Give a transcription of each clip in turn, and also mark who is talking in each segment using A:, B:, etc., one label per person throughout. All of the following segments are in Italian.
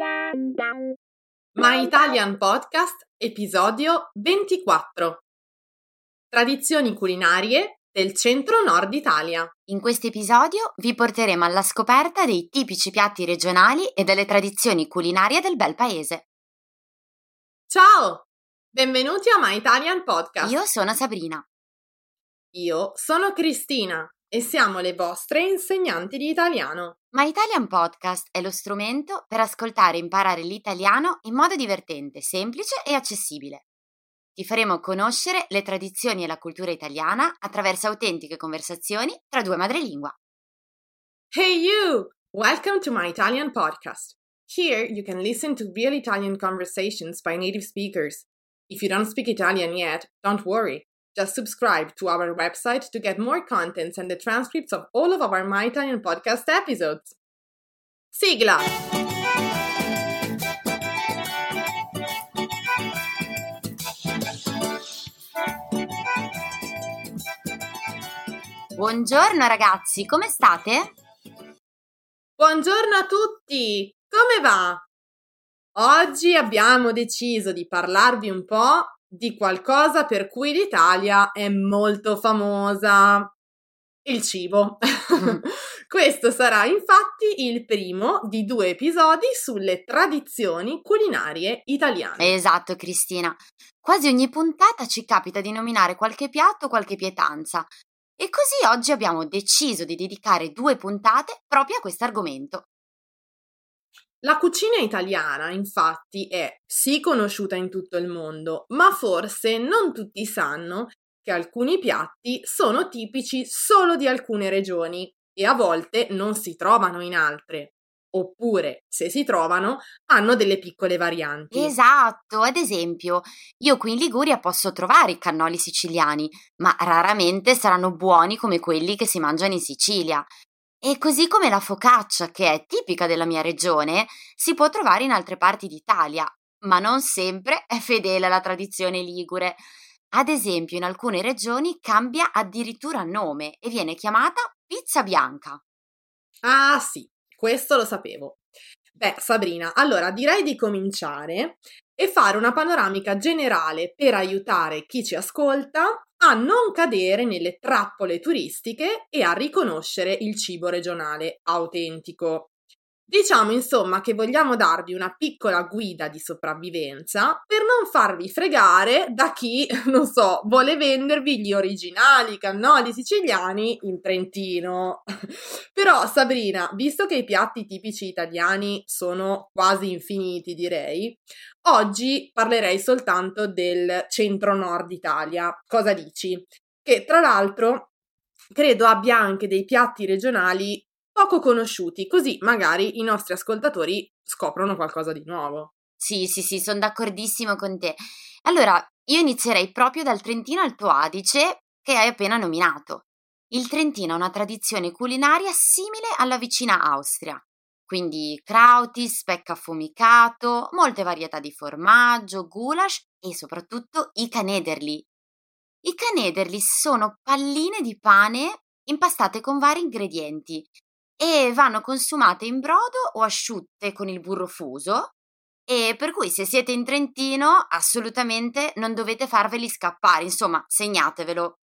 A: My Italian Podcast, episodio 24. Tradizioni culinarie del centro-nord Italia.
B: In questo episodio vi porteremo alla scoperta dei tipici piatti regionali e delle tradizioni culinarie del bel paese.
A: Ciao! Benvenuti a My Italian Podcast.
B: Io sono Sabrina.
A: Io sono Cristina e siamo le vostre insegnanti di italiano.
B: My Italian Podcast è lo strumento per ascoltare e imparare l'italiano in modo divertente, semplice e accessibile. Ti faremo conoscere le tradizioni e la cultura italiana attraverso autentiche conversazioni tra due madrelingua.
A: Hey you! Welcome to My Italian Podcast. Here you can listen to real Italian conversations by native speakers. If you don't speak Italian yet, don't worry. Just subscribe to our website to get more contents and the transcripts of all of our My Italian Podcast episodes. Sigla!
B: Buongiorno ragazzi, come state?
A: Buongiorno a tutti! Come va? Oggi abbiamo deciso di parlarvi un po' di qualcosa per cui l'Italia è molto famosa. Il cibo. Questo sarà infatti il primo di 2 episodi sulle tradizioni culinarie italiane.
B: Esatto, Cristina. Quasi ogni puntata ci capita di nominare qualche piatto o qualche pietanza. E così oggi abbiamo deciso di dedicare 2 puntate proprio a questo argomento.
A: La cucina italiana, infatti, è sì conosciuta in tutto il mondo, ma forse non tutti sanno che alcuni piatti sono tipici solo di alcune regioni e a volte non si trovano in altre. Oppure, se si trovano, hanno delle piccole varianti.
B: Esatto, ad esempio, io qui in Liguria posso trovare i cannoli siciliani, ma raramente saranno buoni come quelli che si mangiano in Sicilia. E così come la focaccia, che è tipica della mia regione, si può trovare in altre parti d'Italia, ma non sempre è fedele alla tradizione ligure. Ad esempio, in alcune regioni cambia addirittura nome e viene chiamata pizza bianca.
A: Ah sì, questo lo sapevo. Beh, Sabrina, allora direi di cominciare e fare una panoramica generale per aiutare chi ci ascolta a non cadere nelle trappole turistiche e a riconoscere il cibo regionale autentico. Diciamo insomma che vogliamo darvi una piccola guida di sopravvivenza per non farvi fregare da chi, non so, vuole vendervi gli originali cannoli siciliani in Trentino. Però Sabrina, visto che i piatti tipici italiani sono quasi infiniti, direi, oggi parlerei soltanto del centro-nord Italia. Cosa dici? Che tra l'altro credo abbia anche dei piatti regionali poco conosciuti, così magari i nostri ascoltatori scoprono qualcosa di nuovo.
B: Sì, sono d'accordissimo con te. Allora, io inizierei proprio dal Trentino Alto Adige che hai appena nominato. Il Trentino ha una tradizione culinaria simile alla vicina Austria, quindi krauti, speck affumicato, molte varietà di formaggio, goulash e soprattutto i canederli. I canederli sono palline di pane impastate con vari ingredienti e vanno consumate in brodo o asciutte con il burro fuso, e per cui se siete in Trentino assolutamente non dovete farveli scappare, insomma, segnatevelo.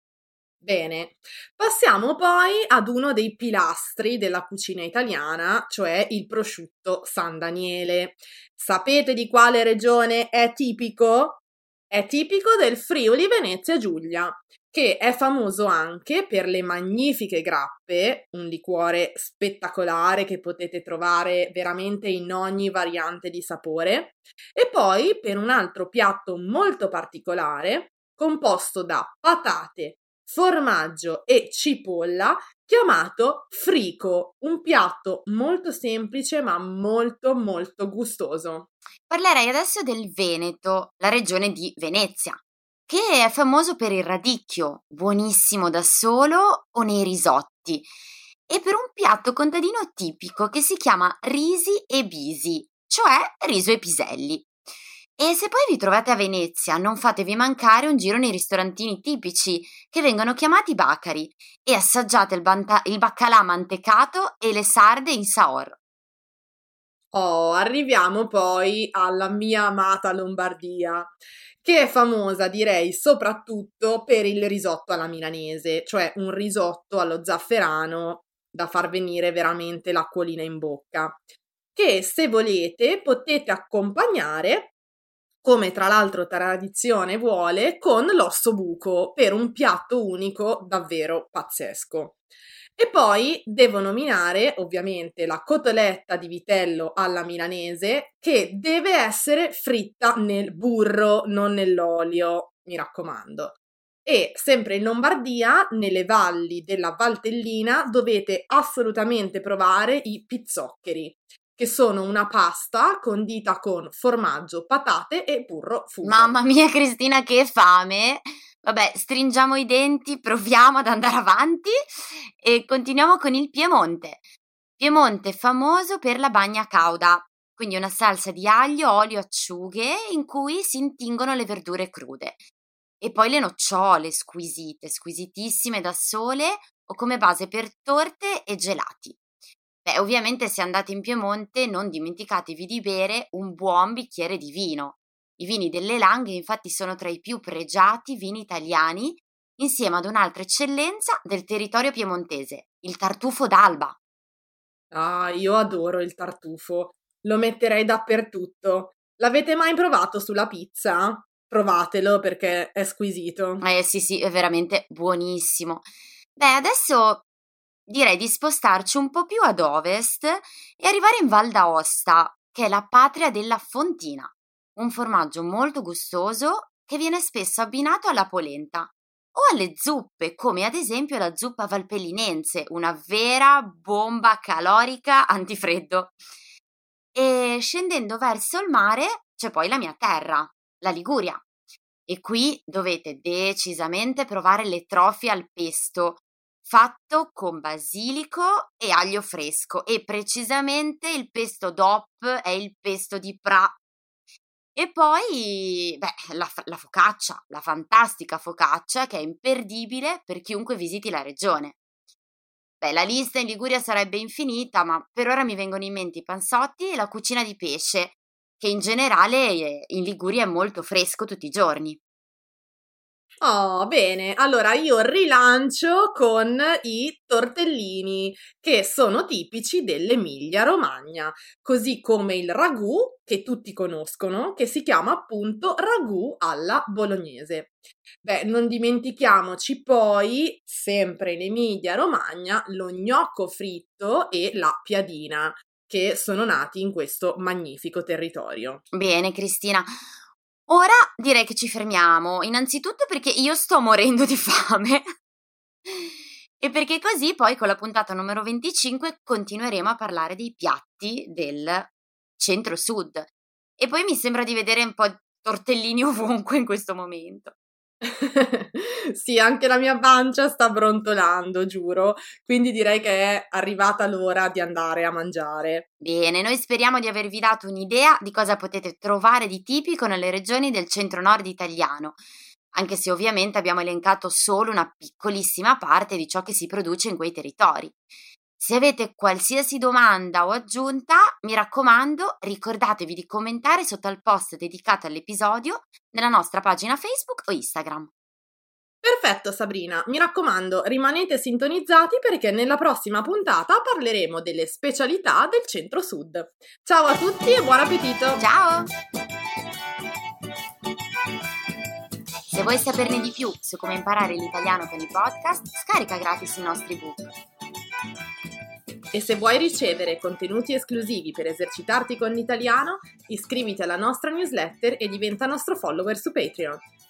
A: Bene, passiamo poi ad uno dei pilastri della cucina italiana, cioè il prosciutto San Daniele. Sapete di quale regione è tipico? È tipico del Friuli Venezia Giulia, che è famoso anche per le magnifiche grappe, un liquore spettacolare che potete trovare veramente in ogni variante di sapore, e poi per un altro piatto molto particolare, composto da patate, formaggio e cipolla, chiamato frico, un piatto molto semplice ma molto molto gustoso.
B: Parlerei adesso del Veneto, la regione di Venezia, che è famoso per il radicchio, buonissimo da solo o nei risotti, e per un piatto contadino tipico che si chiama risi e bisi, cioè riso e piselli. E se poi vi trovate a Venezia, non fatevi mancare un giro nei ristorantini tipici, che vengono chiamati bacari, e assaggiate il baccalà mantecato e le sarde in saor.
A: Oh, arriviamo poi alla mia amata Lombardia, che è famosa, direi, soprattutto per il risotto alla milanese, cioè un risotto allo zafferano da far venire veramente l'acquolina in bocca, che se volete potete accompagnare, come tra l'altro tradizione vuole, con l'osso buco per un piatto unico davvero pazzesco. E poi devo nominare ovviamente la cotoletta di vitello alla milanese, che deve essere fritta nel burro, non nell'olio, mi raccomando. E sempre in Lombardia, nelle valli della Valtellina, dovete assolutamente provare i pizzoccheri, che sono una pasta condita con formaggio, patate e burro fuso.
B: Mamma mia, Cristina, che fame! Vabbè, stringiamo i denti, proviamo ad andare avanti e continuiamo con il Piemonte. Piemonte famoso per la bagna cauda, quindi una salsa di aglio, olio, acciughe in cui si intingono le verdure crude. E poi le nocciole squisite, squisitissime da sole o come base per torte e gelati. Beh, ovviamente se andate in Piemonte non dimenticatevi di bere un buon bicchiere di vino. I vini delle Langhe infatti sono tra i più pregiati vini italiani, insieme ad un'altra eccellenza del territorio piemontese, il tartufo d'Alba.
A: Ah, io adoro il tartufo, lo metterei dappertutto. L'avete mai provato sulla pizza? Provatelo perché è squisito.
B: Sì, è veramente buonissimo. Beh, adesso direi di spostarci un po' più ad ovest e arrivare in Val d'Aosta, che è la patria della fontina, un formaggio molto gustoso che viene spesso abbinato alla polenta o alle zuppe, come ad esempio la zuppa valpellinense, una vera bomba calorica antifreddo. E scendendo verso il mare c'è poi la mia terra, la Liguria. E qui dovete decisamente provare le trofie al pesto, fatto con basilico e aglio fresco, e precisamente il pesto DOP è il pesto di Pra. E poi, beh, la focaccia, la fantastica focaccia che è imperdibile per chiunque visiti la regione. Beh, la lista in Liguria sarebbe infinita, ma per ora mi vengono in mente i panzotti e la cucina di pesce, che in generale in Liguria è molto fresco tutti i giorni.
A: Oh, bene. Allora io rilancio con i tortellini, che sono tipici dell'Emilia-Romagna, così come il ragù, che tutti conoscono, che si chiama appunto ragù alla bolognese. Beh, non dimentichiamoci poi, sempre in Emilia-Romagna, lo gnocco fritto e la piadina, che sono nati in questo magnifico territorio.
B: Bene, Cristina. Ora direi che ci fermiamo, innanzitutto perché io sto morendo di fame e perché così poi con la puntata numero 25 continueremo a parlare dei piatti del centro-sud. E poi mi sembra di vedere un po' di tortellini ovunque in questo momento.
A: Sì, anche la mia pancia sta brontolando, giuro, quindi direi che è arrivata l'ora di andare a mangiare.
B: Bene, noi speriamo di avervi dato un'idea di cosa potete trovare di tipico nelle regioni del centro-nord italiano, anche se ovviamente abbiamo elencato solo una piccolissima parte di ciò che si produce in quei territori. Se avete qualsiasi domanda o aggiunta, mi raccomando, ricordatevi di commentare sotto al post dedicato all'episodio nella nostra pagina Facebook o Instagram.
A: Perfetto, Sabrina, mi raccomando, rimanete sintonizzati perché nella prossima puntata parleremo delle specialità del centro-sud. Ciao a tutti e buon appetito!
B: Ciao! Se vuoi saperne di più su come imparare l'italiano con i podcast, scarica gratis i nostri ebook.
A: E se vuoi ricevere contenuti esclusivi per esercitarti con l'italiano, iscriviti alla nostra newsletter e diventa nostro follower su Patreon.